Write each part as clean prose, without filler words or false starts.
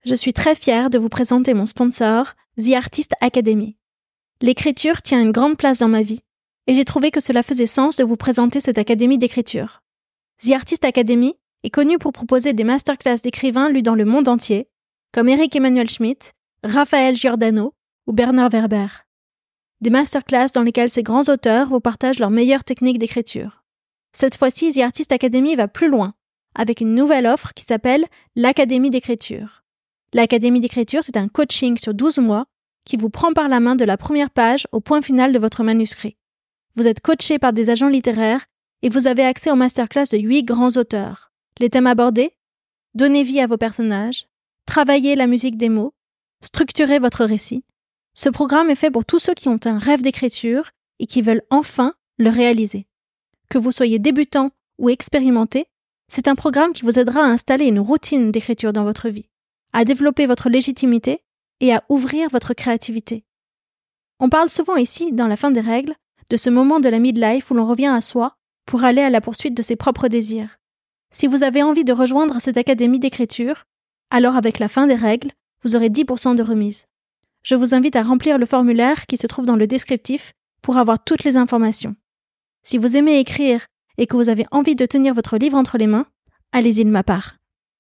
Je suis très fière de vous présenter mon sponsor, The Artist Academy. L'écriture tient une grande place dans ma vie, et j'ai trouvé que cela faisait sens de vous présenter cette académie d'écriture. The Artist Academy est connue pour proposer des masterclass d'écrivains lus dans le monde entier, comme Éric Emmanuel Schmitt, Raphaël Giordano ou Bernard Werber. Des masterclass dans lesquelles ces grands auteurs vous partagent leurs meilleures techniques d'écriture. Cette fois-ci, The Artist Academy va plus loin, avec une nouvelle offre qui s'appelle l'Académie d'écriture. L'Académie d'écriture, c'est un coaching sur 12 mois qui vous prend par la main de la première page au point final de votre manuscrit. Vous êtes coaché par des agents littéraires et vous avez accès aux masterclass de 8 grands auteurs. Les thèmes abordés: donner vie à vos personnages, travailler la musique des mots, structurer votre récit. Ce programme est fait pour tous ceux qui ont un rêve d'écriture et qui veulent enfin le réaliser. Que vous soyez débutant ou expérimenté, c'est un programme qui vous aidera à installer une routine d'écriture dans votre vie, à développer votre légitimité et à ouvrir votre créativité. On parle souvent ici, dans la fin des règles, de ce moment de la midlife où l'on revient à soi pour aller à la poursuite de ses propres désirs. Si vous avez envie de rejoindre cette académie d'écriture, alors avec la fin des règles, vous aurez 10% de remise. Je vous invite à remplir le formulaire qui se trouve dans le descriptif pour avoir toutes les informations. Si vous aimez écrire et que vous avez envie de tenir votre livre entre les mains, allez-y de ma part.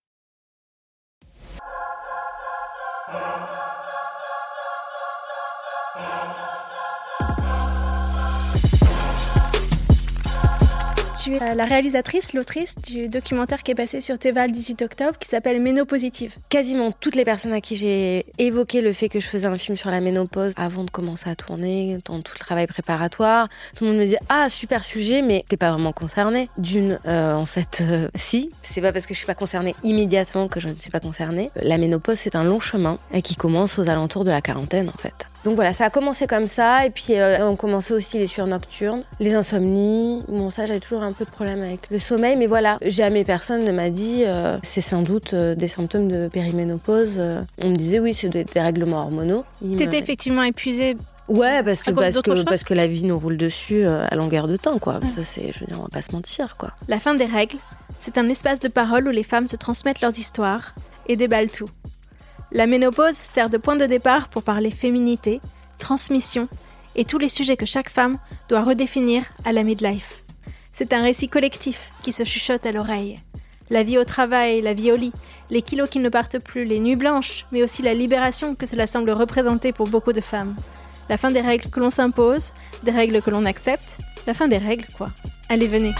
Tu es la réalisatrice, l'autrice du documentaire qui est passé sur Téva le 18 octobre qui s'appelle Ménopositive. Quasiment toutes les personnes à qui j'ai évoqué le fait que je faisais un film sur la ménopause avant de commencer à tourner, dans tout le travail préparatoire, tout le monde me disait « Ah, super sujet, mais t'es pas vraiment concernée ». Si, c'est pas parce que je suis pas concernée immédiatement que je ne suis pas concernée. La ménopause, c'est un long chemin qui commence aux alentours de la quarantaine, en fait. Donc voilà, ça a commencé comme ça, et puis on commençait aussi les sueurs nocturnes, les insomnies. Bon, ça, j'avais toujours un peu de problème avec le sommeil, mais voilà, jamais personne ne m'a dit c'est sans doute des symptômes de périménopause. On me disait oui, c'est des règlements hormonaux. T'étais effectivement épuisée. Ouais, parce que la vie nous roule dessus à longueur de temps, quoi. Ouais. Ça, je veux dire, on va pas se mentir, quoi. La fin des règles, c'est un espace de parole où les femmes se transmettent leurs histoires et déballent tout. La ménopause sert de point de départ pour parler féminité, transmission et tous les sujets que chaque femme doit redéfinir à la midlife. C'est un récit collectif qui se chuchote à l'oreille. La vie au travail, la vie au lit, les kilos qui ne partent plus, les nuits blanches, mais aussi la libération que cela semble représenter pour beaucoup de femmes. La fin des règles que l'on s'impose, des règles que l'on accepte, la fin des règles, quoi. Allez, venez.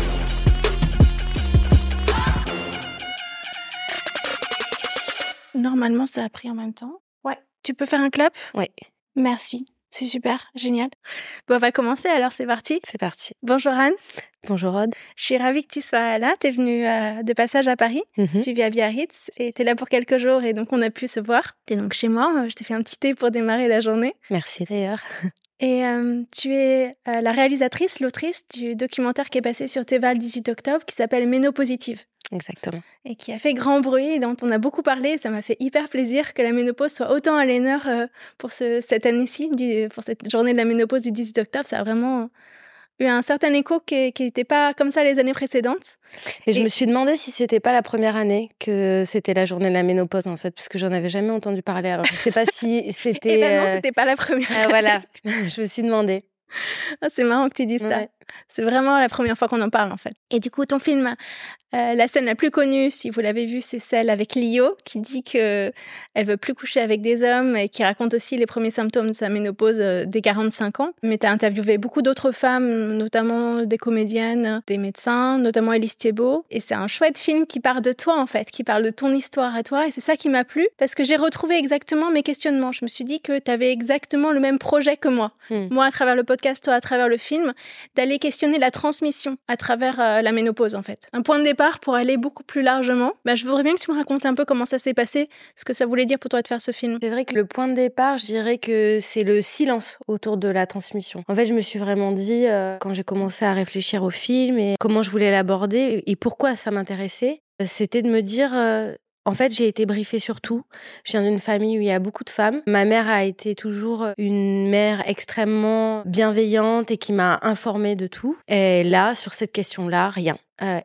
Normalement, ça a pris en même temps. Ouais. Tu peux faire un clap ? Ouais. Merci. C'est super, génial. Bon, on va commencer, alors c'est parti. C'est parti. Bonjour Anne. Bonjour Aude. Je suis ravie que tu sois là. Tu es venue de passage à Paris. Tu vis à Biarritz et tu es là pour quelques jours et donc on a pu se voir. Tu es donc chez moi. Je t'ai fait un petit thé pour démarrer la journée. Merci d'ailleurs. Et tu es la réalisatrice, l'autrice du documentaire qui est passé sur Téva le 18 octobre qui s'appelle Ménopositive. Exactement. Et qui a fait grand bruit, dont on a beaucoup parlé. Ça m'a fait hyper plaisir que la ménopause soit autant à l'honneur pour cette année-ci, pour cette journée de la ménopause du 18 octobre. Ça a vraiment eu un certain écho qui n'était pas comme ça les années précédentes. Et je me suis demandé si c'était pas la première année que c'était la journée de la ménopause, en fait, parce que j'en avais jamais entendu parler. Alors, je sais pas si c'était... Eh ben non, c'était pas la première année. Voilà, je me suis demandé. Ah, c'est marrant que tu dises ça. Ouais. C'est vraiment la première fois qu'on en parle, en fait. Et du coup, ton film, la scène la plus connue, si vous l'avez vue, c'est celle avec Lio, qui dit qu'elle veut plus coucher avec des hommes et qui raconte aussi les premiers symptômes de sa ménopause dès 45 ans. Mais tu as interviewé beaucoup d'autres femmes, notamment des comédiennes, des médecins, notamment Élise Thiebaud. Et c'est un chouette film qui part de toi, en fait, qui parle de ton histoire à toi. Et c'est ça qui m'a plu, parce que j'ai retrouvé exactement mes questionnements. Je me suis dit que tu avais exactement le même projet que moi. Moi, à travers le podcast, toi, à travers le film, d'aller questionner la transmission à travers la ménopause, en fait. Un point de départ pour aller beaucoup plus largement. Je voudrais bien que tu me racontes un peu comment ça s'est passé, ce que ça voulait dire pour toi de faire ce film. C'est vrai que le point de départ, je dirais que c'est le silence autour de la transmission. En fait, je me suis vraiment dit, quand j'ai commencé à réfléchir au film et comment je voulais l'aborder et pourquoi ça m'intéressait, c'était de me dire... En fait, j'ai été briefée sur tout. Je viens d'une famille où il y a beaucoup de femmes. Ma mère a été toujours une mère extrêmement bienveillante et qui m'a informée de tout. Et là, sur cette question-là, rien. Et pourquoi ?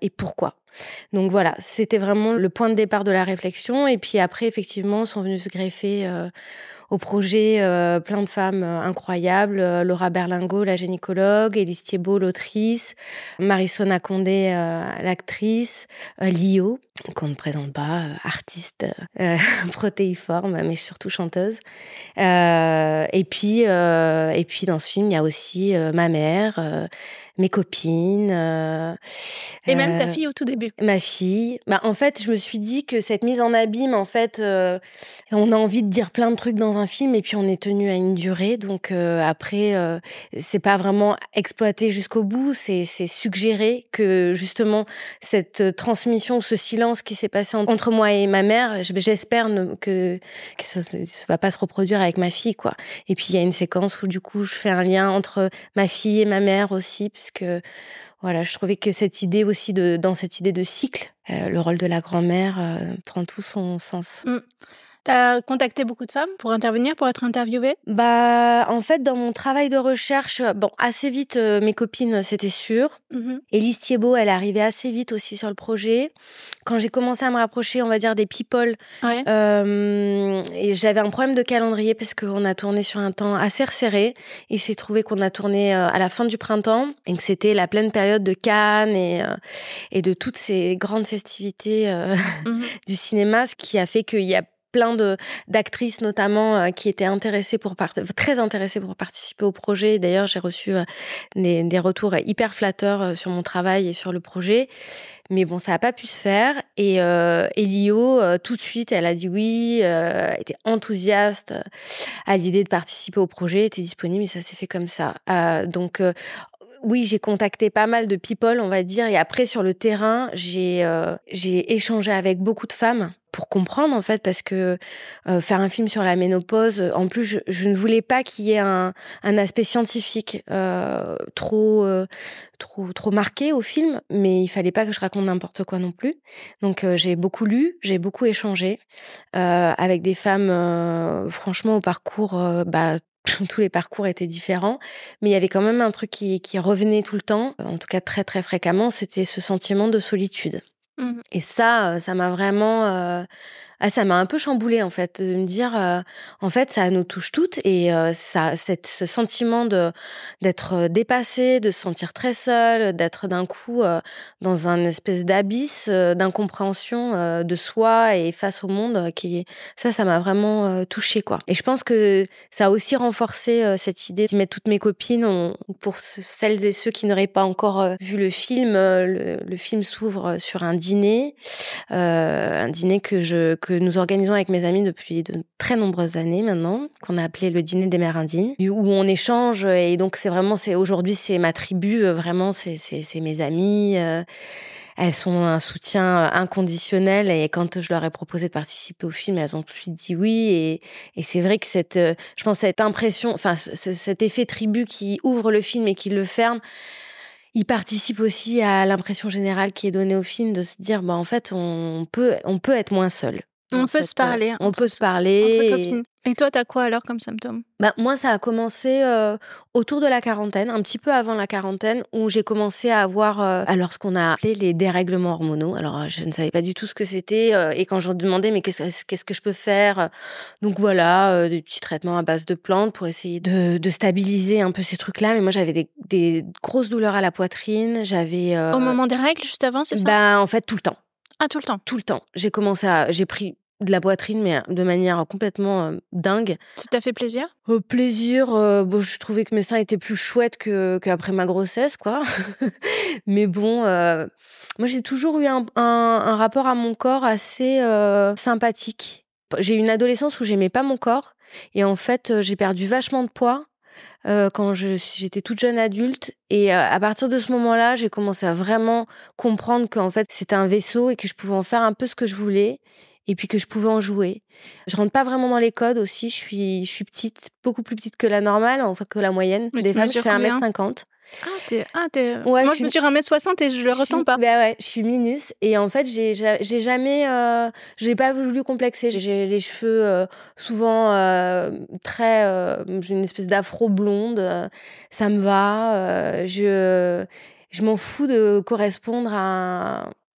Donc voilà, c'était vraiment le point de départ de la réflexion. Et puis après, effectivement, sont venues se greffer au projet plein de femmes incroyables. Laura Berlingot, la gynécologue, Élise Thiebaud, l'autrice, Marisona Condé, l'actrice, Lio, qu'on ne présente pas, artiste protéiforme, mais surtout chanteuse. Et puis dans ce film, il y a aussi ma mère, mes copines. Et même ta fille au tout début. Ma fille. En fait, je me suis dit que cette mise en abîme, en fait, on a envie de dire plein de trucs dans un film et puis on est tenu à une durée. Donc après, c'est pas vraiment exploité jusqu'au bout, c'est suggéré que justement cette transmission ou ce silence qui s'est passé entre moi et ma mère, j'espère que ça va pas se reproduire avec ma fille, quoi. Et puis il y a une séquence où du coup je fais un lien entre ma fille et ma mère aussi, puisque voilà, je trouvais que cette idée aussi dans cette idée de cycle, le rôle de la grand-mère prend tout son sens. T'as contacté beaucoup de femmes pour intervenir, pour être interviewée ? En fait, dans mon travail de recherche, assez vite, mes copines, c'était sûr. Élise Thiebaud, elle est arrivée assez vite aussi sur le projet. Quand j'ai commencé à me rapprocher, on va dire, des people, et j'avais un problème de calendrier parce qu'on a tourné sur un temps assez resserré. Il s'est trouvé qu'on a tourné à la fin du printemps et que c'était la pleine période de Cannes et de toutes ces grandes festivités du cinéma, ce qui a fait qu'il y a plein d'actrices notamment qui étaient très intéressées pour participer au projet. D'ailleurs, j'ai reçu des retours hyper flatteurs sur mon travail et sur le projet. Mais bon, ça n'a pas pu se faire. Et Lio, tout de suite, elle a dit oui, était enthousiaste à l'idée de participer au projet, était disponible et ça s'est fait comme ça. Donc oui, j'ai contacté pas mal de people, on va dire. Et après, sur le terrain, j'ai échangé avec beaucoup de femmes pour comprendre, en fait, parce que faire un film sur la ménopause, en plus, je ne voulais pas qu'il y ait un aspect scientifique trop marqué au film, mais il fallait pas que je raconte n'importe quoi non plus. Donc, j'ai beaucoup lu, j'ai beaucoup échangé avec des femmes, franchement, au parcours... tous les parcours étaient différents, mais il y avait quand même un truc qui revenait tout le temps, en tout cas très très fréquemment, c'était ce sentiment de solitude. Et ça m'a vraiment... ça m'a un peu chamboulée, en fait, de me dire, en fait, ça nous touche toutes et ce sentiment d'être dépassée, de se sentir très seule, d'être d'un coup dans un espèce d'abysse d'incompréhension de soi et face au monde, ça m'a vraiment touchée, quoi. Et je pense que ça a aussi renforcé cette idée d'y mettre toutes mes copines. Pour celles et ceux qui n'auraient pas encore vu le film, le film s'ouvre sur un dîner que nous organisons avec mes amis depuis de très nombreuses années maintenant, qu'on a appelé le dîner des mères indignes, où on échange. Et donc aujourd'hui c'est ma tribu, vraiment c'est mes amies. Elles sont un soutien inconditionnel et quand je leur ai proposé de participer au film, elles ont tout de suite dit oui. Et c'est vrai que je pense cette impression, enfin cet effet tribu qui ouvre le film et qui le ferme, il participe aussi à l'impression générale qui est donnée au film de se dire, en fait, on peut être moins seul. On peut se parler. On peut se parler. Entre copines. Et toi, t'as quoi alors comme symptômes ? Moi, ça a commencé autour de la quarantaine, un petit peu avant la quarantaine, où j'ai commencé à avoir alors ce qu'on a appelé les dérèglements hormonaux. Alors, je ne savais pas du tout ce que c'était. Et quand je demandais, mais qu'est-ce que je peux faire ? Donc voilà, des petits traitements à base de plantes pour essayer de stabiliser un peu ces trucs-là. Mais moi, j'avais des grosses douleurs à la poitrine. J'avais... Au moment des règles, juste avant, c'est ça ? En fait, tout le temps. Ah, tout le temps ? Tout le temps. J'ai pris de la poitrine, mais de manière complètement dingue. Ça t'a fait plaisir ? Plaisir, je trouvais que mes seins étaient plus chouettes qu'après ma grossesse, quoi. Mais bon, moi j'ai toujours eu un rapport à mon corps assez sympathique. J'ai eu une adolescence où j'aimais pas mon corps, et en fait j'ai perdu vachement de poids quand j'étais toute jeune adulte, et à partir de ce moment-là, j'ai commencé à vraiment comprendre qu'en fait c'était un vaisseau et que je pouvais en faire un peu ce que je voulais. Et puis que je pouvais en jouer. Je rentre pas vraiment dans les codes aussi. Je suis petite, beaucoup plus petite que la normale, enfin que la moyenne. Mais des femmes, je fais combien ? 1m50. Ouais, moi, je mesure 1m60 et je le ressens pas. Ouais, je suis minus. Et en fait, j'ai jamais... j'ai pas voulu complexer. J'ai les cheveux souvent très... j'ai une espèce d'afro blonde. Ça me va. Je m'en fous de correspondre à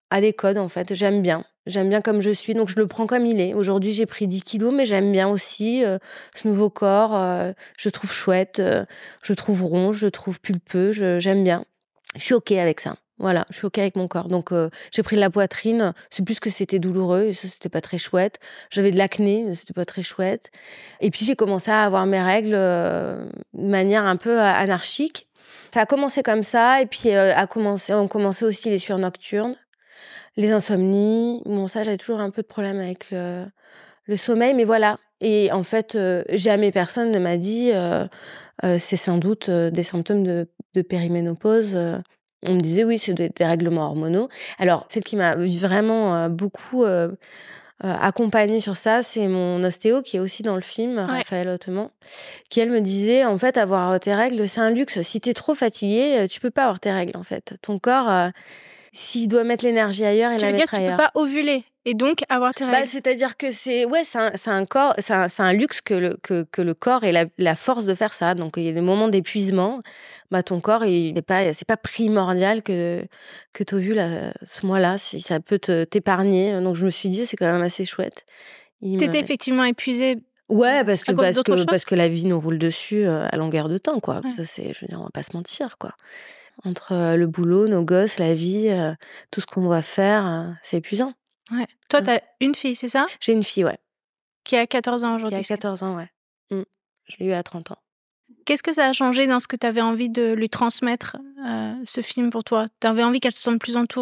à des codes, en fait. J'aime bien. J'aime bien comme je suis, donc je le prends comme il est. Aujourd'hui, j'ai pris 10 kilos, mais j'aime bien aussi ce nouveau corps. Je le trouve chouette, je le trouve rond, je le trouve pulpeux, j'aime bien. Je suis OK avec ça. Voilà, je suis OK avec mon corps. Donc, j'ai pris de la poitrine. C'est plus que c'était douloureux, et ça, c'était pas très chouette. J'avais de l'acné, mais c'était pas très chouette. Et puis, j'ai commencé à avoir mes règles de manière un peu anarchique. Ça a commencé comme ça, et puis ont commencé aussi les sueurs nocturnes. Les insomnies, bon ça j'avais toujours un peu de problème avec le sommeil, mais voilà. Et en fait, jamais personne ne m'a dit c'est sans doute des symptômes de périménopause. On me disait oui, c'est des règlements hormonaux. Alors celle qui m'a vraiment beaucoup accompagnée sur ça, c'est mon ostéo qui est aussi dans le film, Raphaël Hautement, qui elle me disait en fait avoir tes règles c'est un luxe. Si t'es trop fatiguée, tu peux pas avoir tes règles en fait. Ton corps s'il doit mettre l'énergie ailleurs, il la mettra ailleurs. Tu peux pas ovuler et donc avoir tes règles. C'est-à-dire que c'est un corps, c'est un luxe que le corps ait la force de faire ça. Donc il y a des moments d'épuisement. Ton corps, c'est pas primordial que t'ovules à ce mois-là, si ça peut t'épargner. Donc je me suis dit c'est quand même assez chouette. T'étais effectivement épuisée. Ouais, parce que la vie nous roule dessus à longueur de temps, quoi. Ouais. Ça, je veux dire, on va pas se mentir, quoi. Entre le boulot, nos gosses, la vie, tout ce qu'on doit faire, c'est épuisant. Ouais. Toi, t'as une fille, c'est ça ? J'ai une fille, ouais. Qui a 14 ans aujourd'hui. Qui a 14 ans, ouais. Je l'ai eu à 30 ans. Qu'est-ce que ça a changé dans ce que tu avais envie de lui transmettre, ce film, pour toi ? Tu avais envie qu'elle se sente plus entourée ?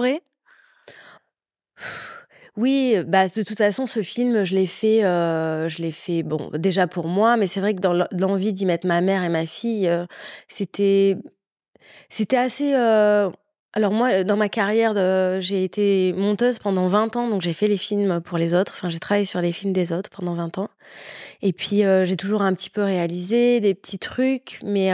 Oui, de toute façon, ce film, je l'ai fait, bon, déjà pour moi, mais c'est vrai que dans l'envie d'y mettre ma mère et ma fille, c'était assez... Alors moi, dans ma carrière, j'ai été monteuse pendant 20 ans, donc j'ai fait les films pour les autres. Enfin, j'ai travaillé sur les films des autres pendant 20 ans. Et puis, j'ai toujours un petit peu réalisé des petits trucs, mais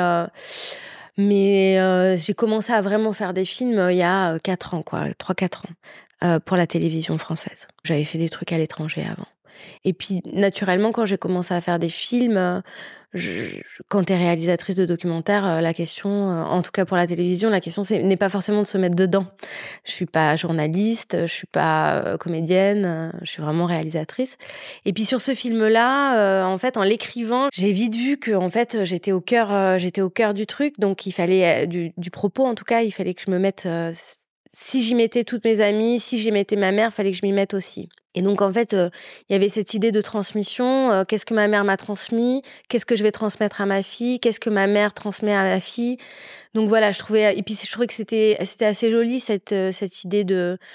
j'ai commencé à vraiment faire des films il y a 4 ans, quoi, 3-4 ans, pour la télévision française. J'avais fait des trucs à l'étranger avant. Et puis, naturellement, quand j'ai commencé à faire des films, quand t'es réalisatrice de documentaires, la question, en tout cas pour la télévision, la question n'est pas forcément de se mettre dedans. Je suis pas journaliste, je suis pas comédienne, je suis vraiment réalisatrice. Et puis sur ce film-là, en fait, en l'écrivant, j'ai vite vu que en fait j'étais au cœur du truc, donc il fallait du propos en tout cas, il fallait que je me mette. Si j'y mettais toutes mes amies, si j'y mettais ma mère, il fallait que je m'y mette aussi. Et donc, en fait, il y avait cette idée de transmission. Qu'est-ce que ma mère m'a transmis ? Qu'est-ce que je vais transmettre à ma fille ? Qu'est-ce que ma mère transmet à ma fille ? Donc voilà, je trouvais que c'était assez joli, cette idée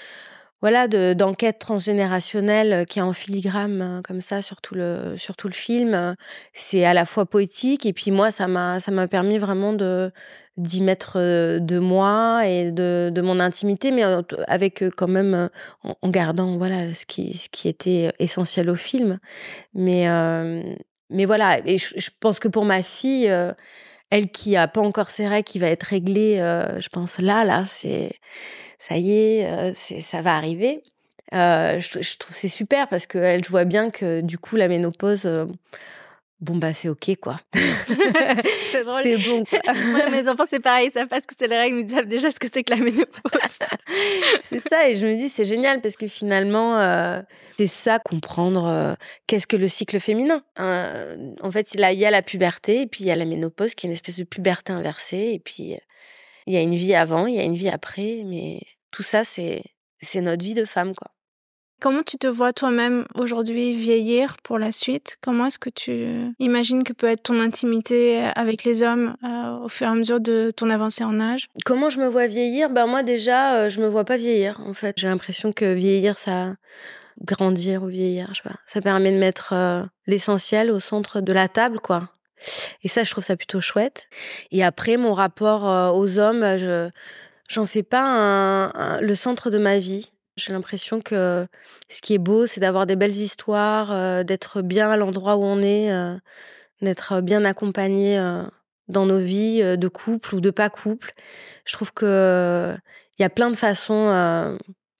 d'enquête transgénérationnelle qui est en filigrane comme ça sur tout le film. C'est à la fois poétique et puis moi ça m'a permis vraiment d'y mettre de moi et de mon intimité, mais avec quand même en gardant voilà ce qui était essentiel au film. Mais voilà, et je pense que pour ma fille, elle qui a pas encore ses règles, qui va être réglée, je pense là c'est ça y est, ça va arriver. Je trouve c'est super parce qu'elle, je vois bien que du coup la ménopause, c'est ok quoi. C'est drôle. C'est bon quoi. Moi, mes enfants c'est pareil, ils savent pas ce que c'est les règles, ils savent déjà ce que c'est que la ménopause. C'est ça, et je me dis c'est génial parce que finalement c'est ça, comprendre qu'est-ce que le cycle féminin. En fait il y a la puberté et puis il y a la ménopause qui est une espèce de puberté inversée, et puis il y a une vie avant, il y a une vie après, mais tout ça c'est notre vie de femme quoi. Comment tu te vois toi-même aujourd'hui vieillir pour la suite ? Comment est-ce que tu imagines que peut être ton intimité avec les hommes au fur et à mesure de ton avancée en âge ? Comment je me vois vieillir ? Moi déjà, je me vois pas vieillir en fait. J'ai l'impression que vieillir, ça... Grandir ou vieillir, je sais pas. Ça permet de mettre l'essentiel au centre de la table, quoi. Et ça, je trouve ça plutôt chouette. Et après, mon rapport aux hommes, j'en fais pas le centre de ma vie. J'ai l'impression que ce qui est beau, c'est d'avoir des belles histoires, d'être bien à l'endroit où on est, d'être bien accompagné dans nos vies de couple ou de pas couple. Je trouve que il y a plein de façons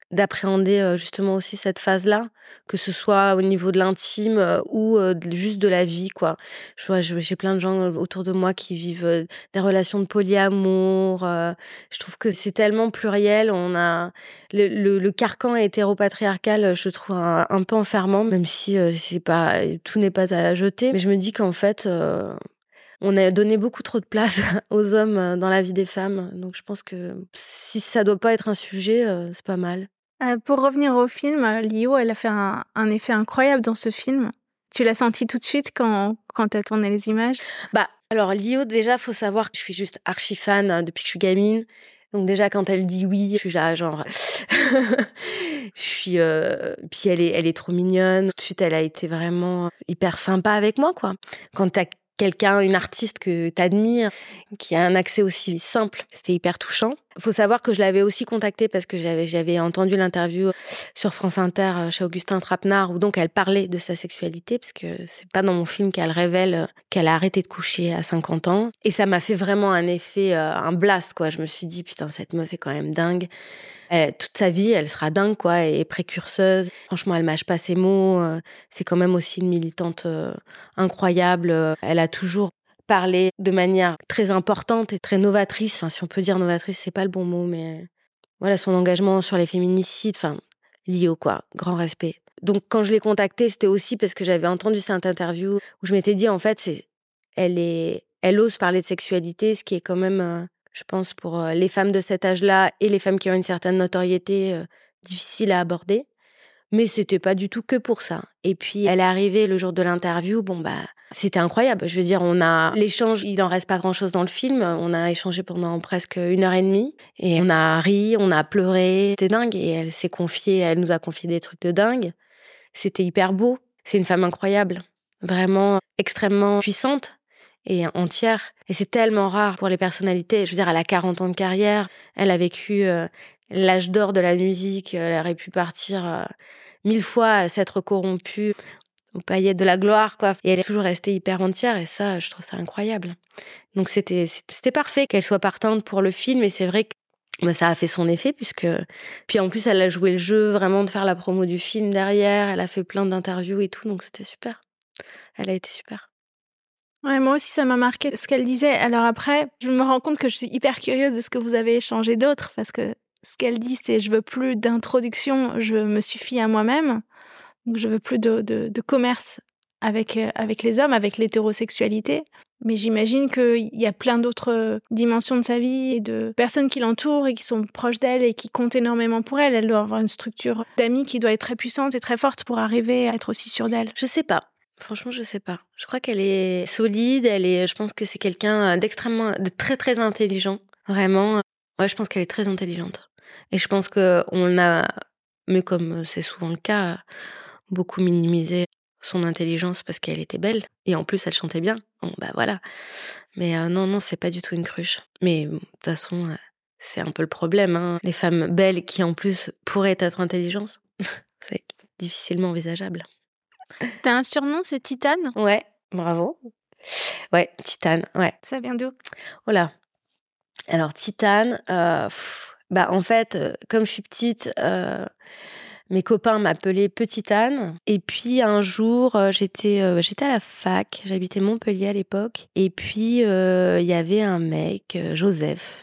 d'appréhender justement aussi cette phase-là, que ce soit au niveau de l'intime ou juste de la vie, quoi. J'ai plein de gens autour de moi qui vivent des relations de polyamour. Je trouve que c'est tellement pluriel. On a le carcan hétéropatriarcal, je trouve un peu enfermant, même si tout n'est pas à jeter. Mais je me dis qu'en fait, on a donné beaucoup trop de place aux hommes dans la vie des femmes. Donc je pense que si ça doit pas être un sujet, c'est pas mal. Pour revenir au film, Lio, elle a fait un effet incroyable dans ce film. Tu l'as senti tout de suite quand t'as tourné les images? Alors Lio, déjà, faut savoir que je suis juste archi fan depuis que je suis gamine. Donc déjà, quand elle dit oui, je suis là, genre... Puis elle est trop mignonne. Tout de suite, elle a été vraiment hyper sympa avec moi, quoi. Quand t'as quelqu'un, une artiste que t'admires, qui a un accès aussi simple, c'était hyper touchant. Faut savoir que je l'avais aussi contactée parce que j'avais entendu l'interview sur France Inter chez Augustin Trapenard où donc elle parlait de sa sexualité parce que c'est pas dans mon film qu'elle révèle qu'elle a arrêté de coucher à 50 ans. Et ça m'a fait vraiment un effet, un blast, quoi. Je me suis dit, putain, cette meuf est quand même dingue. Toute sa vie, elle sera dingue, quoi, et précurseuse. Franchement, elle mâche pas ses mots. C'est quand même aussi une militante incroyable. Elle a toujours parlé de manière très importante et très novatrice. Enfin, si on peut dire novatrice, c'est pas le bon mot, mais voilà, son engagement sur les féminicides, enfin, Lio, quoi, grand respect. Donc, quand je l'ai contactée, c'était aussi parce que j'avais entendu cette interview où je m'étais dit, en fait, elle ose parler de sexualité, ce qui est quand même... je pense pour les femmes de cet âge-là et les femmes qui ont une certaine notoriété, difficile à aborder. Mais c'était pas du tout que pour ça. Et puis, elle est arrivée le jour de l'interview. C'était incroyable. Je veux dire, l'échange, il en reste pas grand-chose dans le film. On a échangé pendant presque 1h30. Et on a ri, on a pleuré. C'était dingue. Et elle s'est confiée, elle nous a confié des trucs de dingue. C'était hyper beau. C'est une femme incroyable. Vraiment extrêmement puissante et entière. Et c'est tellement rare pour les personnalités. Je veux dire, elle a 40 ans de carrière. Elle a vécu l'âge d'or de la musique. Elle aurait pu partir 1000 fois, s'être corrompue aux paillettes de la gloire, quoi. Et elle est toujours restée hyper entière. Et ça, je trouve ça incroyable. Donc c'était parfait qu'elle soit partante pour le film. Et c'est vrai que ça a fait son effet puisque... Puis en plus, elle a joué le jeu vraiment de faire la promo du film derrière. Elle a fait plein d'interviews et tout. Donc c'était super. Elle a été super. Ouais, moi aussi, ça m'a marqué ce qu'elle disait. Alors après, je me rends compte que je suis hyper curieuse de ce que vous avez échangé d'autre, parce que ce qu'elle dit, c'est « je veux plus d'introduction, je me suffis à moi-même ». Donc je veux plus de commerce avec les hommes, avec l'hétérosexualité. Mais j'imagine qu'il y a plein d'autres dimensions de sa vie et de personnes qui l'entourent et qui sont proches d'elle et qui comptent énormément pour elle. Elle doit avoir une structure d'amis qui doit être très puissante et très forte pour arriver à être aussi sûre d'elle. Je sais pas. Franchement, je sais pas. Je crois qu'elle est solide. Je pense que c'est quelqu'un de très, très intelligent. Vraiment. Ouais, je pense qu'elle est très intelligente. Et je pense qu'on a, mais comme c'est souvent le cas, beaucoup minimisé son intelligence parce qu'elle était belle. Et en plus, elle chantait bien. Bon, voilà. Mais non, c'est pas du tout une cruche. Mais de toute façon, c'est un peu le problème, hein. Les femmes belles qui, en plus, pourraient être intelligentes, c'est difficilement envisageable. T'as un surnom, c'est Titane ? Ouais, bravo. Ouais, Titane, ouais. Ça vient d'où ? Oh là. Alors, Titane, en fait, comme je suis petite, mes copains m'appelaient Petite Anne. Et puis, un jour, j'étais à la fac. J'habitais Montpellier à l'époque. Et puis, il y avait un mec, Joseph,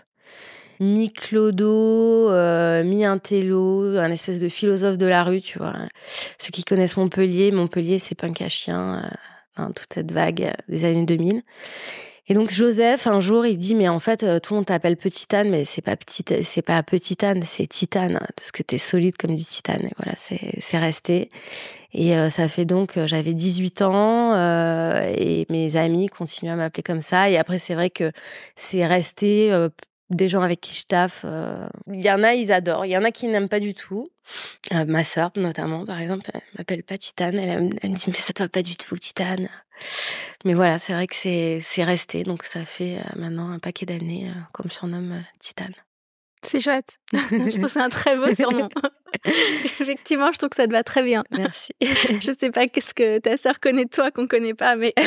mi-clodo, mi-intello, un espèce de philosophe de la rue, tu vois. Ceux qui connaissent Montpellier, c'est punk à chien, toute cette vague des années 2000. Et donc Joseph, un jour, il dit, mais en fait, tout le monde t'appelle Petite Anne, mais c'est pas Petite Anne, c'est Titane, parce que t'es solide comme du titane. Et voilà, c'est resté. Et ça fait donc, j'avais 18 ans, et mes amis continuent à m'appeler comme ça. Et après, c'est vrai que c'est resté... des gens avec qui je taffe, il y en a, ils adorent. Il y en a qui n'aiment pas du tout. Ma sœur, notamment, par exemple, elle m'appelle pas Titane. Elle me dit, mais ça te va pas du tout, Titane. Mais voilà, c'est vrai que c'est resté. Donc, ça fait maintenant un paquet d'années qu'on me surnomme Titane. C'est chouette. Je trouve que c'est un très beau surnom. Effectivement, je trouve que ça te va très bien. Merci. Je sais pas qu'est-ce que ta sœur connaît de toi qu'on connaît pas, mais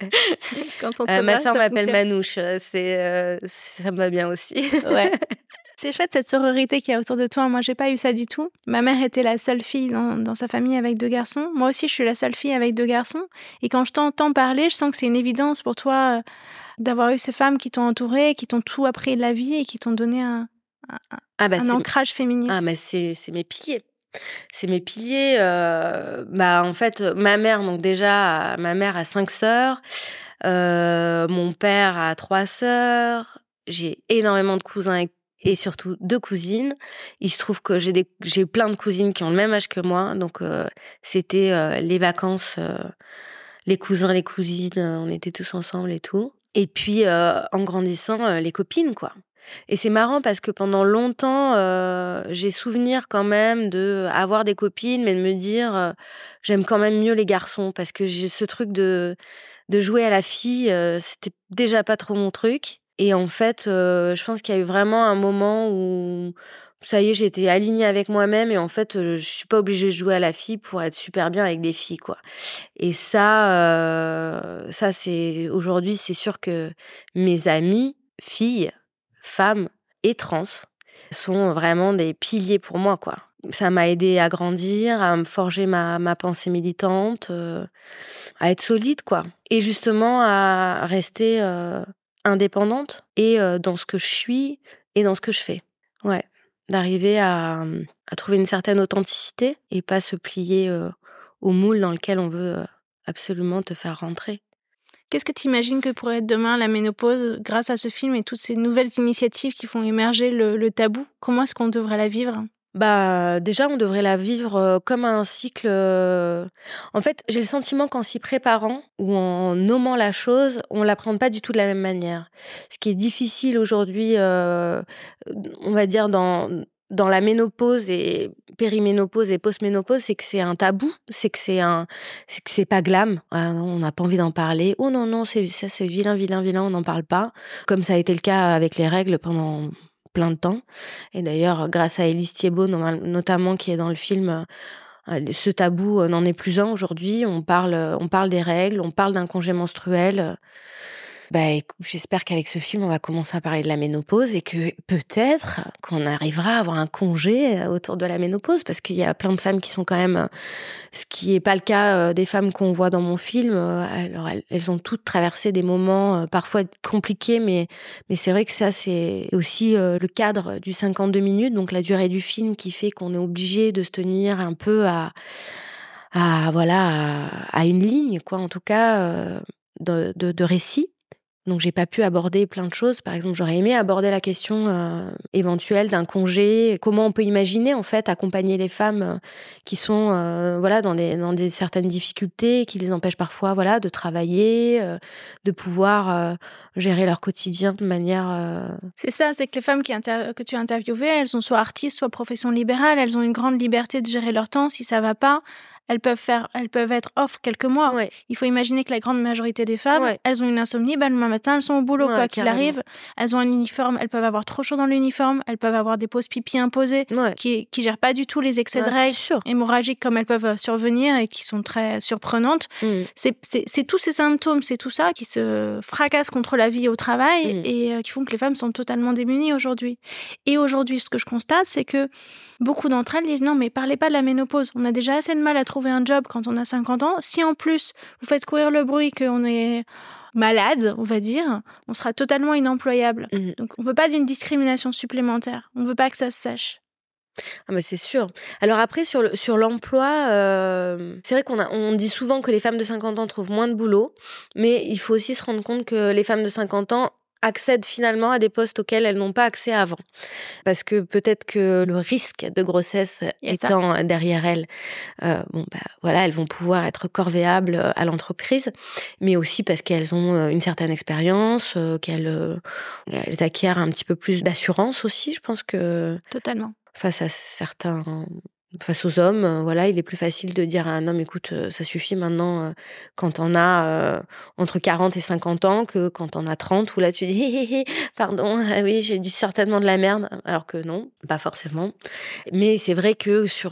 quand on te ma sœur m'appelle Manouche. Ça me va bien aussi. Ouais. C'est chouette cette sororité qu'il y a autour de toi. Moi, j'ai pas eu ça du tout. Ma mère était la seule fille dans sa famille avec 2 garçons. Moi aussi, je suis la seule fille avec 2 garçons. Et quand je t'entends parler, je sens que c'est une évidence pour toi d'avoir eu ces femmes qui t'ont entourée, qui t'ont tout appris de la vie et qui t'ont donné un ancrage féministe. Ah, mais c'est mes piliers. C'est mes piliers. En fait, ma mère a 5 sœurs. Mon père a 3 sœurs. J'ai énormément de cousins et surtout 2 cousines. Il se trouve que j'ai plein de cousines qui ont le même âge que moi. Donc, c'était les vacances, les cousins, les cousines, on était tous ensemble et tout. Et puis, en grandissant, les copines, quoi. Et c'est marrant parce que pendant longtemps, j'ai souvenir quand même d'avoir des copines, mais de me dire j'aime quand même mieux les garçons parce que j'ai ce truc de jouer à la fille, c'était déjà pas trop mon truc. Et en fait, je pense qu'il y a eu vraiment un moment où ça y est, j'étais alignée avec moi-même et en fait, je suis pas obligée de jouer à la fille pour être super bien avec des filles, quoi. Et ça, c'est aujourd'hui, c'est sûr que mes amies, filles, femmes et trans sont vraiment des piliers pour moi, quoi. Ça m'a aidée à grandir, à me forger ma pensée militante, à être solide, quoi. Et justement, à rester indépendante et dans ce que je suis et dans ce que je fais. Ouais. D'arriver à trouver une certaine authenticité et pas se plier au moule dans lequel on veut absolument te faire rentrer. Qu'est-ce que tu imagines que pourrait être demain la ménopause grâce à ce film et toutes ces nouvelles initiatives qui font émerger le tabou? Comment est-ce qu'on devrait la vivre? Déjà, on devrait la vivre comme un cycle. En fait, j'ai le sentiment qu'en s'y préparant ou en nommant la chose, on l'apprend pas du tout de la même manière. Ce qui est difficile aujourd'hui, on va dire dans la ménopause et périménopause et postménopause, c'est que c'est un tabou, c'est que c'est pas glam. On n'a pas envie d'en parler. Oh non, c'est vilain, on n'en parle pas. Comme ça a été le cas avec les règles pendant plein de temps. Et d'ailleurs, grâce à Élise Thiébaut, notamment, qui est dans le film, ce tabou n'en est plus un aujourd'hui. On parle des règles, on parle d'un congé menstruel. J'espère qu'avec ce film, on va commencer à parler de la ménopause et que peut-être qu'on arrivera à avoir un congé autour de la ménopause, parce qu'il y a plein de femmes qui sont quand même, ce qui n'est pas le cas des femmes qu'on voit dans mon film. Alors elles ont toutes traversé des moments parfois compliqués, mais c'est vrai que ça, c'est aussi le cadre du 52 minutes, donc la durée du film qui fait qu'on est obligé de se tenir un peu à une ligne, quoi, en tout cas, de récit. Donc, j'ai pas pu aborder plein de choses. Par exemple, j'aurais aimé aborder la question éventuelle d'un congé. Comment on peut imaginer, en fait, accompagner les femmes qui sont dans des certaines difficultés, qui les empêchent parfois de travailler, de pouvoir gérer leur quotidien de manière... C'est ça, c'est que les femmes que tu as interviewées, elles sont soit artistes, soit profession libérale. Elles ont une grande liberté de gérer leur temps. Si ça va pas, elles peuvent être off quelques mois. Ouais. Il faut imaginer que la grande majorité des femmes, elles ont une insomnie, le matin, elles sont au boulot, quoi qu'il arrive. Elles ont un uniforme, elles peuvent avoir trop chaud dans l'uniforme, elles peuvent avoir des pauses pipi imposées, qui gèrent pas du tout les excès de règles hémorragiques comme elles peuvent survenir et qui sont très surprenantes. C'est tous ces symptômes, c'est tout ça qui se fracasse contre la vie au travail et qui font que les femmes sont totalement démunies aujourd'hui. Et aujourd'hui, ce que je constate, c'est que beaucoup d'entre elles disent non, mais parlez pas de la ménopause. On a déjà assez de mal à trouver un job quand on a 50 ans. Si en plus, vous faites courir le bruit qu'on est malade, on va dire, on sera totalement inemployable. Donc, on veut pas d'une discrimination supplémentaire. On veut pas que ça se sache. Ah mais c'est sûr. Alors après, sur l'emploi, c'est vrai on dit souvent que les femmes de 50 ans trouvent moins de boulot, mais il faut aussi se rendre compte que les femmes de 50 ans accèdent finalement à des postes auxquels elles n'ont pas accès avant. Parce que peut-être que le risque de grossesse étant derrière elles, elles vont pouvoir être corvéables à l'entreprise, mais aussi parce qu'elles ont une certaine expérience, qu'elles acquièrent un petit peu plus d'assurance aussi, je pense que... Totalement. Face aux hommes, il est plus facile de dire à un homme, écoute, ça suffit maintenant quand on a entre 40 et 50 ans que quand on a 30, où là tu dis, pardon, oui, j'ai dû certainement de la merde, alors que non, pas forcément. Mais c'est vrai que sur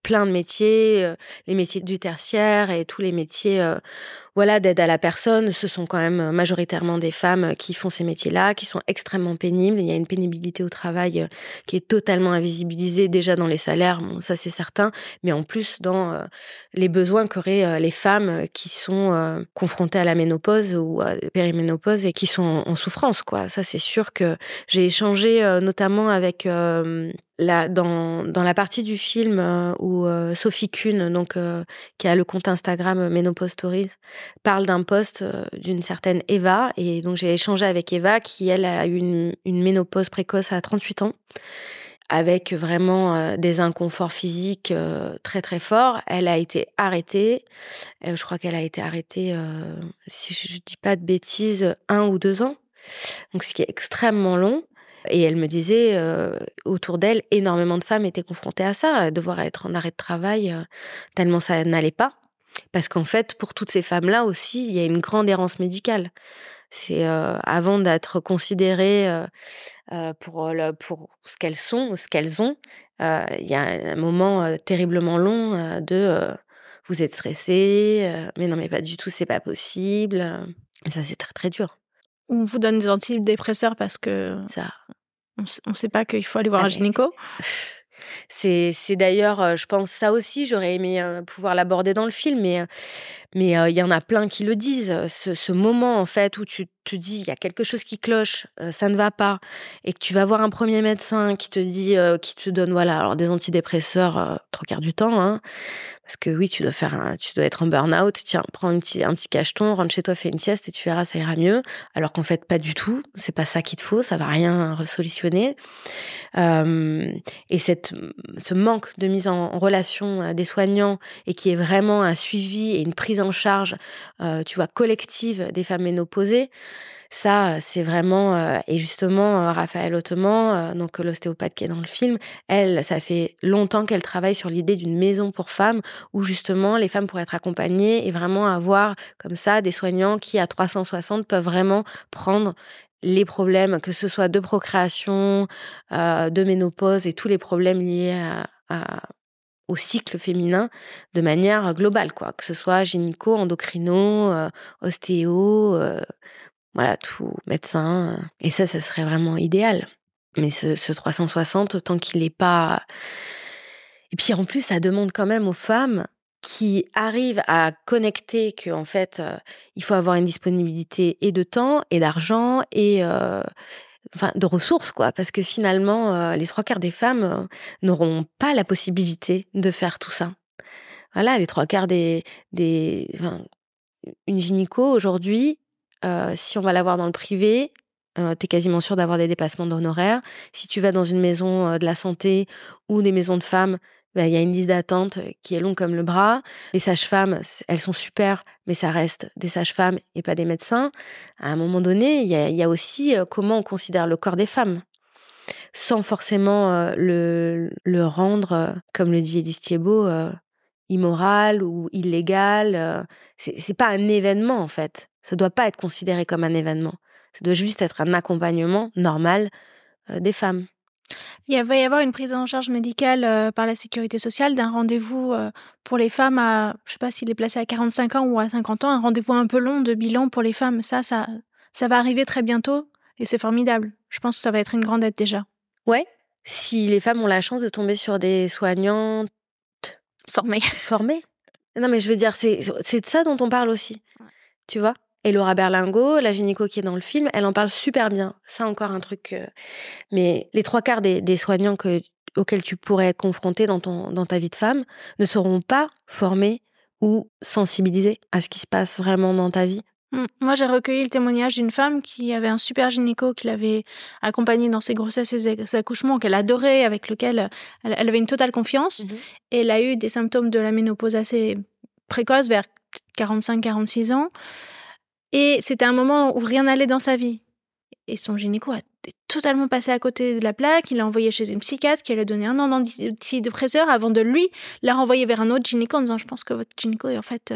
plein de métiers, les métiers du tertiaire et tous les métiers d'aide à la personne. Ce sont quand même majoritairement des femmes qui font ces métiers-là, qui sont extrêmement pénibles. Il y a une pénibilité au travail qui est totalement invisibilisée déjà dans les salaires, bon, ça c'est certain, mais en plus dans les besoins qu'auraient les femmes qui sont confrontées à la ménopause ou à la périménopause et qui sont en souffrance, quoi. Ça c'est sûr que j'ai échangé notamment avec dans la partie du film où Sophie Kuhn, qui a le compte Instagram Menopause Stories, parle d'un post d'une certaine Eva. Et donc, j'ai échangé avec Eva qui, elle, a eu une ménopause précoce à 38 ans avec vraiment des inconforts physiques très, très forts. Elle a été arrêtée. Je crois qu'elle a été arrêtée, si je ne dis pas de bêtises, 1 ou 2 ans. Donc, ce qui est extrêmement long. Et elle me disait, autour d'elle, énormément de femmes étaient confrontées à ça, à devoir être en arrêt de travail, tellement ça n'allait pas. Parce qu'en fait, pour toutes ces femmes-là aussi, il y a une grande errance médicale. C'est avant d'être considérées pour ce qu'elles sont, ce qu'elles ont, il y a un moment terriblement long vous êtes stressée, mais non, mais pas du tout, c'est pas possible. Et ça, c'est très, très dur. On vous donne des antidépresseurs parce que Ça. On sait pas qu'il faut aller voir un gynéco. C'est d'ailleurs, je pense ça aussi, j'aurais aimé pouvoir l'aborder dans le film, mais il y en a plein qui le disent. Ce moment, en fait, où tu te dis, il y a quelque chose qui cloche, ça ne va pas, et que tu vas voir un premier médecin qui te dit, qui te donne, alors des antidépresseurs, 3/4 du temps, hein, parce que oui, tu dois être en burn-out, tiens, prends un petit cacheton, rentre chez toi, fais une sieste et tu verras, ça ira mieux. Alors qu'en fait, pas du tout, c'est pas ça qu'il te faut, ça va rien resolutionner. Et ce manque de mise en relation des soignants et qui est vraiment un suivi et une prise en charge, collective des femmes ménopausées, ça, c'est vraiment... et justement, Raphaël Ottoman, donc l'ostéopathe qui est dans le film, elle, ça fait longtemps qu'elle travaille sur l'idée d'une maison pour femmes où justement les femmes pourraient être accompagnées et vraiment avoir comme ça des soignants qui, à 360, peuvent vraiment prendre les problèmes, que ce soit de procréation, de ménopause et tous les problèmes liés au cycle féminin de manière globale, quoi. Que ce soit gynéco, endocrino, ostéo, tout, médecin. Et ça serait vraiment idéal. Mais ce 360, tant qu'il n'est pas... Et puis en plus, ça demande quand même aux femmes qui arrivent à connecter qu'en fait, il faut avoir une disponibilité et de temps, et d'argent, et de ressources, quoi. Parce que finalement, les 3/4 des femmes n'auront pas la possibilité de faire tout ça. Voilà, les 3/4 une gynéco, aujourd'hui, si on va la voir dans le privé, t'es quasiment sûr d'avoir des dépassements d'honoraires. Si tu vas dans une maison de la santé ou des maisons de femmes, il y a une liste d'attente qui est longue comme le bras. Les sages-femmes, elles sont super, mais ça reste des sages-femmes et pas des médecins. À un moment donné, il y a aussi comment on considère le corps des femmes, sans forcément le rendre, comme le dit Élise Thiebaud, immoral ou illégal. C'est pas un événement, en fait. Ça doit pas être considéré comme un événement. Ça doit juste être un accompagnement normal des femmes. Il va y avoir une prise en charge médicale par la sécurité sociale d'un rendez-vous pour les femmes à, je sais pas s'il est placé à 45 ans ou à 50 ans, un rendez-vous un peu long de bilan pour les femmes. Ça va arriver très bientôt et c'est formidable. Je pense que ça va être une grande aide déjà. Ouais, si les femmes ont la chance de tomber sur des soignantes formées. Non, mais je veux dire, c'est de ça dont on parle aussi, tu vois. Et Laura Berlingot, la gynéco qui est dans le film, elle en parle super bien. C'est encore un truc... Mais les 3/4 des soignants auxquels tu pourrais être confrontée dans ta vie de femme ne seront pas formés ou sensibilisés à ce qui se passe vraiment dans ta vie. Moi, j'ai recueilli le témoignage d'une femme qui avait un super gynéco qui l'avait accompagnée dans ses grossesses et ses accouchements, qu'elle adorait, avec lequel elle avait une totale confiance. Mmh. Et elle a eu des symptômes de la ménopause assez précoces, vers 45-46 ans. Et c'était un moment où rien n'allait dans sa vie. Et son gynéco a totalement passé à côté de la plaque. Il l'a envoyé chez une psychiatre qui lui a donné un an d'antidépresseur avant de lui la renvoyer vers un autre gynéco en disant « Je pense que votre gynéco est en fait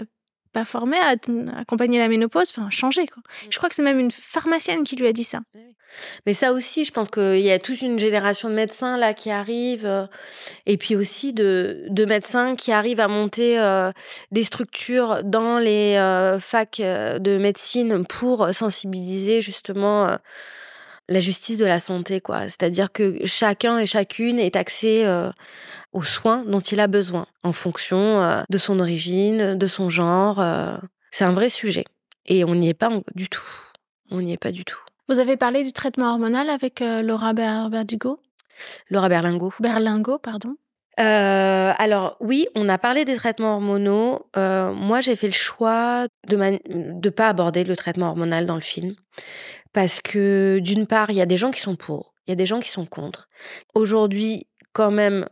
pas formée à accompagner la ménopause, changer, quoi. Je crois que c'est même une pharmacienne qui lui a dit ça. Mais ça aussi, je pense qu'il y a toute une génération de médecins là qui arrivent, et puis aussi de médecins qui arrivent à monter des structures dans les facs de médecine pour sensibiliser justement la justice de la santé, quoi. C'est-à-dire que chacun et chacune ait accès aux soins dont il a besoin, en fonction de son origine, de son genre. C'est un vrai sujet. Et on n'y est pas du tout. On n'y est pas du tout. Vous avez parlé du traitement hormonal avec Laura Berlingot ? Laura Berlingot. Berlingot, pardon. Alors oui, on a parlé des traitements hormonaux. Moi, j'ai fait le choix de pas aborder le traitement hormonal dans le film. Parce que d'une part, il y a des gens qui sont pour, il y a des gens qui sont contre. Aujourd'hui, quand même,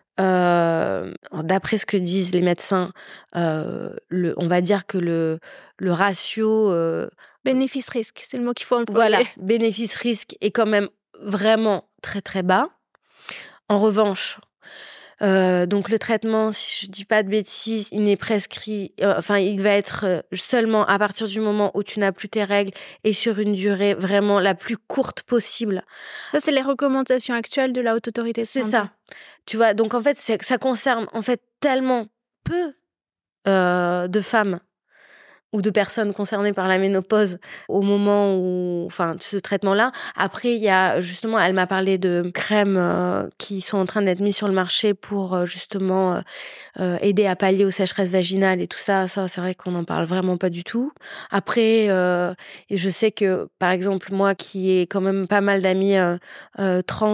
d'après ce que disent les médecins, on va dire que le ratio... bénéfice-risque, c'est le mot qu'il faut employer. Voilà, bénéfice-risque est quand même vraiment très très bas. En revanche... donc le traitement, si je dis pas de bêtises, il n'est prescrit, il va être seulement à partir du moment où tu n'as plus tes règles et sur une durée vraiment la plus courte possible. Ça, c'est les recommandations actuelles de la Haute Autorité de Santé. C'est ça. Tu vois, donc en fait, ça concerne en fait tellement peu de femmes ou de personnes concernées par la ménopause au moment où, ce traitement-là. Après, il y a justement, elle m'a parlé de crèmes qui sont en train d'être mises sur le marché pour justement aider à pallier aux sécheresses vaginales et tout ça. Ça, c'est vrai qu'on n'en parle vraiment pas du tout. Après, et je sais que, par exemple, moi qui ai quand même pas mal d'amis trans,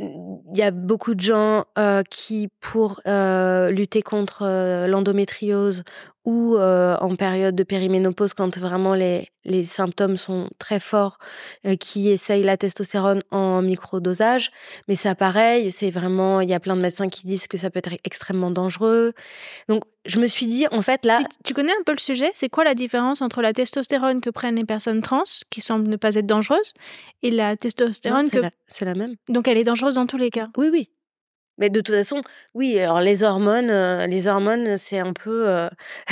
il y a beaucoup de gens qui, pour lutter contre l'endométriose ou en période de périménopause, quand vraiment les symptômes sont très forts, qui essayent la testostérone en microdosage. Mais ça, pareil, c'est vraiment... Il y a plein de médecins qui disent que ça peut être extrêmement dangereux. Donc, je me suis dit, en fait, là... Tu connais un peu le sujet ? C'est quoi la différence entre la testostérone que prennent les personnes trans, qui semble ne pas être dangereuse, et la testostérone c'est la même. Donc, elle est dangereuse dans tous les cas ? Oui, oui. Mais de toute façon, oui, alors les hormones, c'est un peu...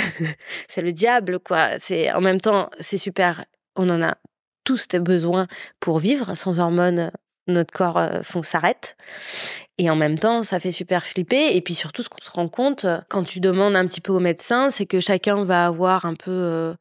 c'est le diable, quoi. En même temps, c'est super. On en a tous besoin pour vivre. Sans hormones, notre corps s'arrête. Et en même temps, ça fait super flipper. Et puis surtout, ce qu'on se rend compte, quand tu demandes un petit peu aux médecins, c'est que chacun va avoir un peu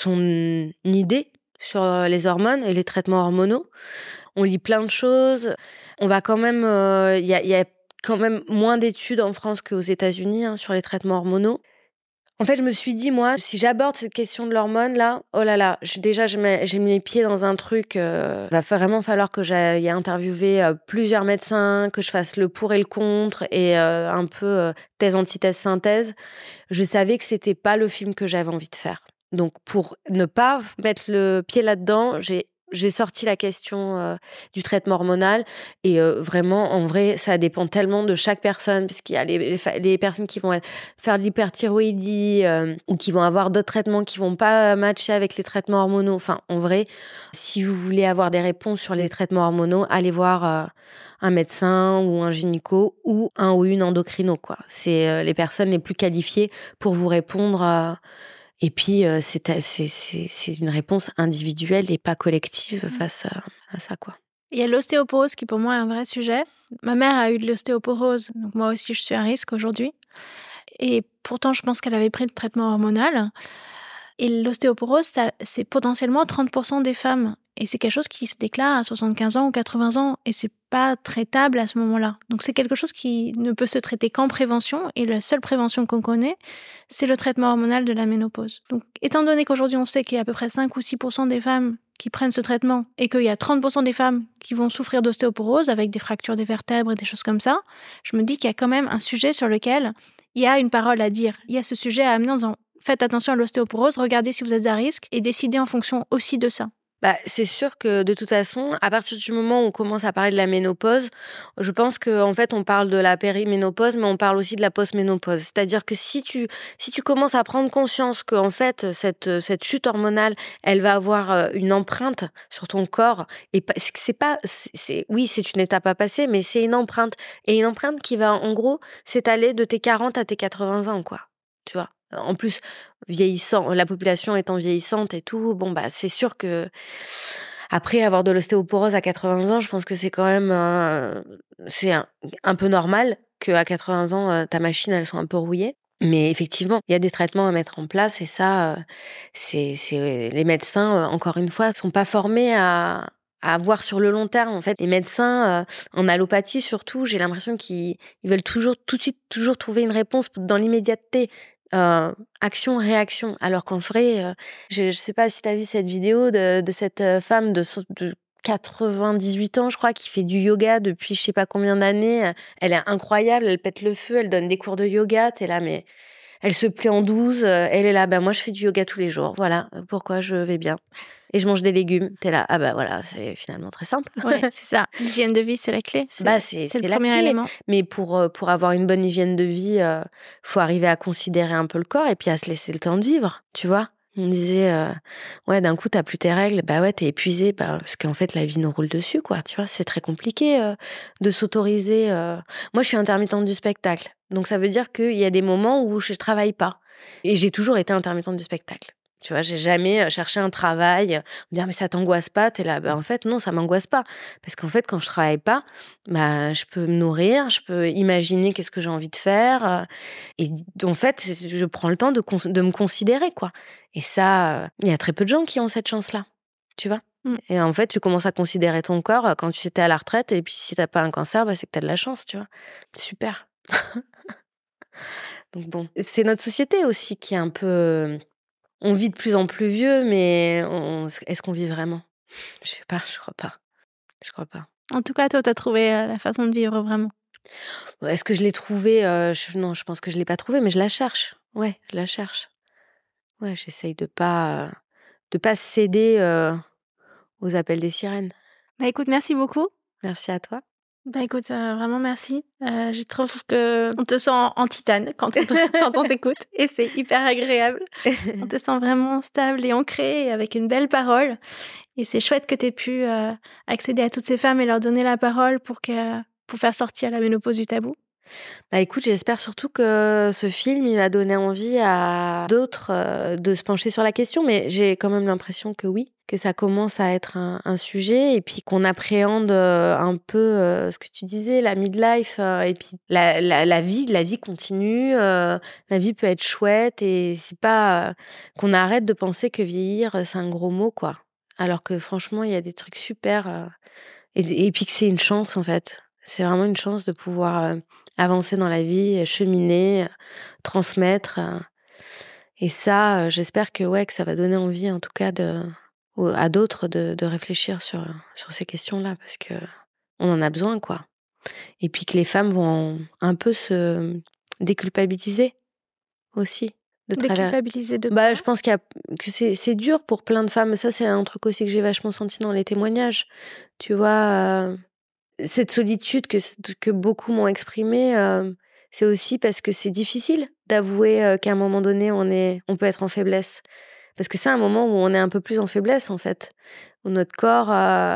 son idée sur les hormones et les traitements hormonaux. On lit plein de choses. On va quand même... Il y a quand même moins d'études en France qu'aux États-Unis sur les traitements hormonaux. En fait, je me suis dit, moi, si j'aborde cette question de l'hormone, là, oh là là, j'ai mis les pieds dans un truc, va vraiment falloir que j'aille interviewer plusieurs médecins, que je fasse le pour et le contre, et un peu thèse, antithèse, synthèse. Je savais que c'était pas le film que j'avais envie de faire. Donc, pour ne pas mettre le pied là-dedans, j'ai sorti la question du traitement hormonal, et vraiment, en vrai, ça dépend tellement de chaque personne, parce qu'il y a les personnes qui vont faire de l'hyperthyroïdie ou qui vont avoir d'autres traitements qui vont pas matcher avec les traitements hormonaux. Enfin, en vrai, si vous voulez avoir des réponses sur les traitements hormonaux, allez voir un médecin ou un gynéco ou un ou une endocrino, quoi. C'est les personnes les plus qualifiées pour vous répondre. Et puis, c'est une réponse individuelle et pas collective face à ça, quoi. Il y a l'ostéoporose qui, pour moi, est un vrai sujet. Ma mère a eu de l'ostéoporose, donc moi aussi, je suis à risque aujourd'hui. Et pourtant, je pense qu'elle avait pris le traitement hormonal. Et l'ostéoporose, c'est potentiellement 30% des femmes. Et c'est quelque chose qui se déclare à 75 ans ou 80 ans. Et c'est pas traitable à ce moment-là. Donc c'est quelque chose qui ne peut se traiter qu'en prévention. Et la seule prévention qu'on connaît, c'est le traitement hormonal de la ménopause. Donc étant donné qu'aujourd'hui on sait qu'il y a à peu près 5 ou 6% des femmes qui prennent ce traitement et qu'il y a 30% des femmes qui vont souffrir d'ostéoporose avec des fractures des vertèbres et des choses comme ça, je me dis qu'il y a quand même un sujet sur lequel il y a une parole à dire. Il y a ce sujet à amener en disant faites attention à l'ostéoporose, regardez si vous êtes à risque et décidez en fonction aussi de ça. C'est sûr que de toute façon, à partir du moment où on commence à parler de la ménopause, je pense qu'en fait, on parle de la périménopause, mais on parle aussi de la postménopause. C'est-à-dire que si tu commences à prendre conscience que en fait, cette chute hormonale, elle va avoir une empreinte sur ton corps, et oui, c'est une étape à passer, mais c'est une empreinte. Et une empreinte qui va, en gros, s'étaler de tes 40 à tes 80 ans, quoi. Tu vois. En plus, la population étant vieillissante et tout, bon, bah, c'est sûr que après avoir de l'ostéoporose à 80 ans, je pense que c'est quand même c'est un peu normal qu'à 80 ans, ta machine, elle soit un peu rouillée. Mais effectivement, il y a des traitements à mettre en place et ça, c'est les médecins, encore une fois, sont pas formés à voir sur le long terme. En fait, les médecins, en allopathie surtout, j'ai l'impression qu'ils veulent toujours, tout de suite, toujours trouver une réponse dans l'immédiateté. Action, réaction. Alors qu'en vrai, je sais pas si tu as vu cette vidéo de cette femme de 98 ans, je crois, qui fait du yoga depuis je sais pas combien d'années. Elle est incroyable, elle pète le feu, elle donne des cours de yoga. T'es là, mais elle se plie en 12. Elle est là, bah moi je fais du yoga tous les jours. Voilà pourquoi je vais bien. Et je mange des légumes. T'es là, ah bah voilà, c'est finalement très simple. Ouais, c'est ça. L'hygiène de vie, c'est la clé. C'est le la premier clé. élément. Mais pour avoir une bonne hygiène de vie, faut arriver à considérer un peu le corps et puis à se laisser le temps de vivre, tu vois. On disait, ouais, d'un coup, t'as plus tes règles. Bah ouais, t'es épuisé. Bah, parce qu'en fait, la vie nous roule dessus, quoi. Tu vois, c'est très compliqué de s'autoriser. Moi, je suis intermittente du spectacle. Donc, ça veut dire qu'il y a des moments où je travaille pas. Et j'ai toujours été intermittente du spectacle. Tu vois, j'ai jamais cherché un travail, me dire mais ça t'angoisse pas, t'es là, bah en fait non, ça m'angoisse pas, parce qu'en fait quand je travaille pas, bah je peux me nourrir, je peux imaginer qu'est-ce que j'ai envie de faire, et en fait je prends le temps de me considérer quoi. Et ça, il y a très peu de gens qui ont cette chance-là, tu vois. Et en fait tu commences à considérer ton corps quand tu étais à la retraite, et puis si t'as pas un cancer, bah c'est que t'as de la chance, tu vois. Super. Donc bon, c'est notre société aussi qui est un peu. On vit de plus en plus vieux, mais est-ce qu'on vit vraiment? Je sais pas, je crois pas. Je crois pas. En tout cas, toi, t'as trouvé la façon de vivre vraiment. Est-ce que je l'ai trouvée? Non, je pense que je l'ai pas trouvée, mais je la cherche. Ouais, je la cherche. Ouais, j'essaye de pas céder aux appels des sirènes. Bah écoute, merci beaucoup. Merci à toi. Bah écoute, vraiment merci. Je trouve que on te sent en titane quand on t'écoute et c'est hyper agréable. On te sent vraiment stable et ancré et avec une belle parole. Et c'est chouette que tu aies pu accéder à toutes ces femmes et leur donner la parole pour faire sortir la ménopause du tabou. Bah écoute, j'espère surtout que ce film, il va donner envie à d'autres de se pencher sur la question, mais j'ai quand même l'impression que oui, que ça commence à être un sujet et puis qu'on appréhende un peu ce que tu disais, la midlife et puis la vie continue, la vie peut être chouette et c'est pas qu'on arrête de penser que vieillir, c'est un gros mot, quoi. Alors que franchement, il y a des trucs super et puis que c'est une chance en fait. C'est vraiment une chance de pouvoir avancer dans la vie, cheminer, transmettre. Et ça, j'espère que ça va donner envie, en tout cas, à d'autres de réfléchir sur ces questions-là, parce que on en a besoin, quoi. Et puis que les femmes vont un peu se déculpabiliser aussi. Déculpabiliser de Bah, je pense que c'est dur pour plein de femmes. Ça, c'est un truc aussi que j'ai vachement senti dans les témoignages. Tu vois, cette solitude que beaucoup m'ont exprimée, c'est aussi parce que c'est difficile d'avouer qu'à un moment donné, on peut être en faiblesse. Parce que c'est un moment où on est un peu plus en faiblesse, en fait. Où notre corps,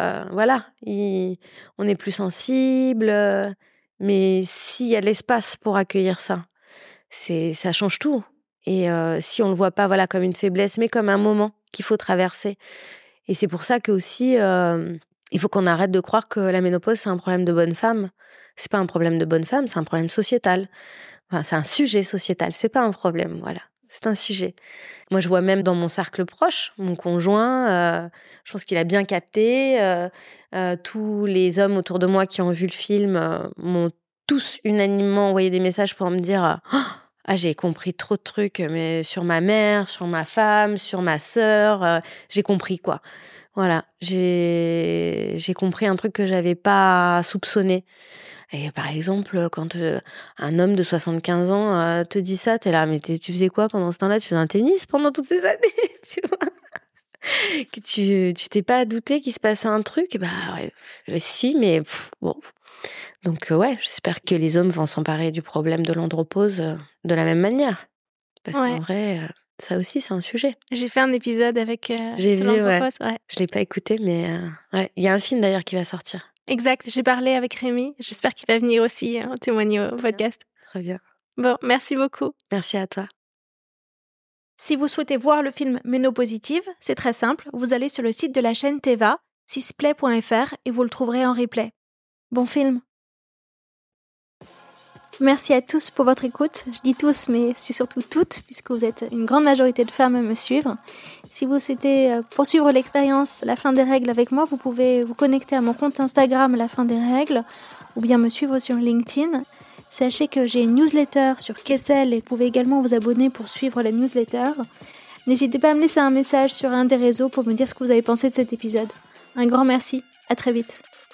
on est plus sensible. Mais s'il y a l'espace pour accueillir ça, ça change tout. Et si on le voit pas comme une faiblesse, mais comme un moment qu'il faut traverser. Et c'est pour ça que aussi, il faut qu'on arrête de croire que la ménopause, c'est un problème de bonne femme. C'est pas un problème de bonne femme, c'est un problème sociétal. Enfin, c'est un sujet sociétal, c'est pas un problème, voilà. C'est un sujet. Moi, je vois même dans mon cercle proche, mon conjoint, je pense qu'il a bien capté. Tous les hommes autour de moi qui ont vu le film m'ont tous unanimement envoyé des messages pour me dire j'ai compris trop de trucs, mais sur ma mère, sur ma femme, sur ma sœur, j'ai compris, quoi. Voilà, j'ai compris un truc que j'avais pas soupçonné. Et par exemple, quand un homme de 75 ans te dit ça, t'es là, mais tu faisais quoi pendant ce temps-là? Tu faisais un tennis pendant toutes ces années, tu vois? Que tu t'es pas douté qu'il se passait un truc? Bah ouais, si, mais bon. Donc j'espère que les hommes vont s'emparer du problème de l'andropause de la même manière. Parce qu'en vrai, ça aussi, c'est un sujet. J'ai fait un épisode avec J'ai sur vu, l'andropause. Ouais. Je l'ai pas écouté, mais il y a un film d'ailleurs qui va sortir. Exact, j'ai parlé avec Rémi. J'espère qu'il va venir aussi témoigner au podcast. Très bien. Bon, merci beaucoup. Merci à toi. Si vous souhaitez voir le film Ménopositive, c'est très simple, vous allez sur le site de la chaîne Teva, sisplay.fr et vous le trouverez en replay. Bon film! Merci à tous pour votre écoute. Je dis tous, mais c'est surtout toutes, puisque vous êtes une grande majorité de femmes à me suivre. Si vous souhaitez poursuivre l'expérience La fin des règles avec moi, vous pouvez vous connecter à mon compte Instagram La fin des règles, ou bien me suivre sur LinkedIn. Sachez que j'ai une newsletter sur Kessel et vous pouvez également vous abonner pour suivre la newsletter. N'hésitez pas à me laisser un message sur un des réseaux pour me dire ce que vous avez pensé de cet épisode. Un grand merci, à très vite.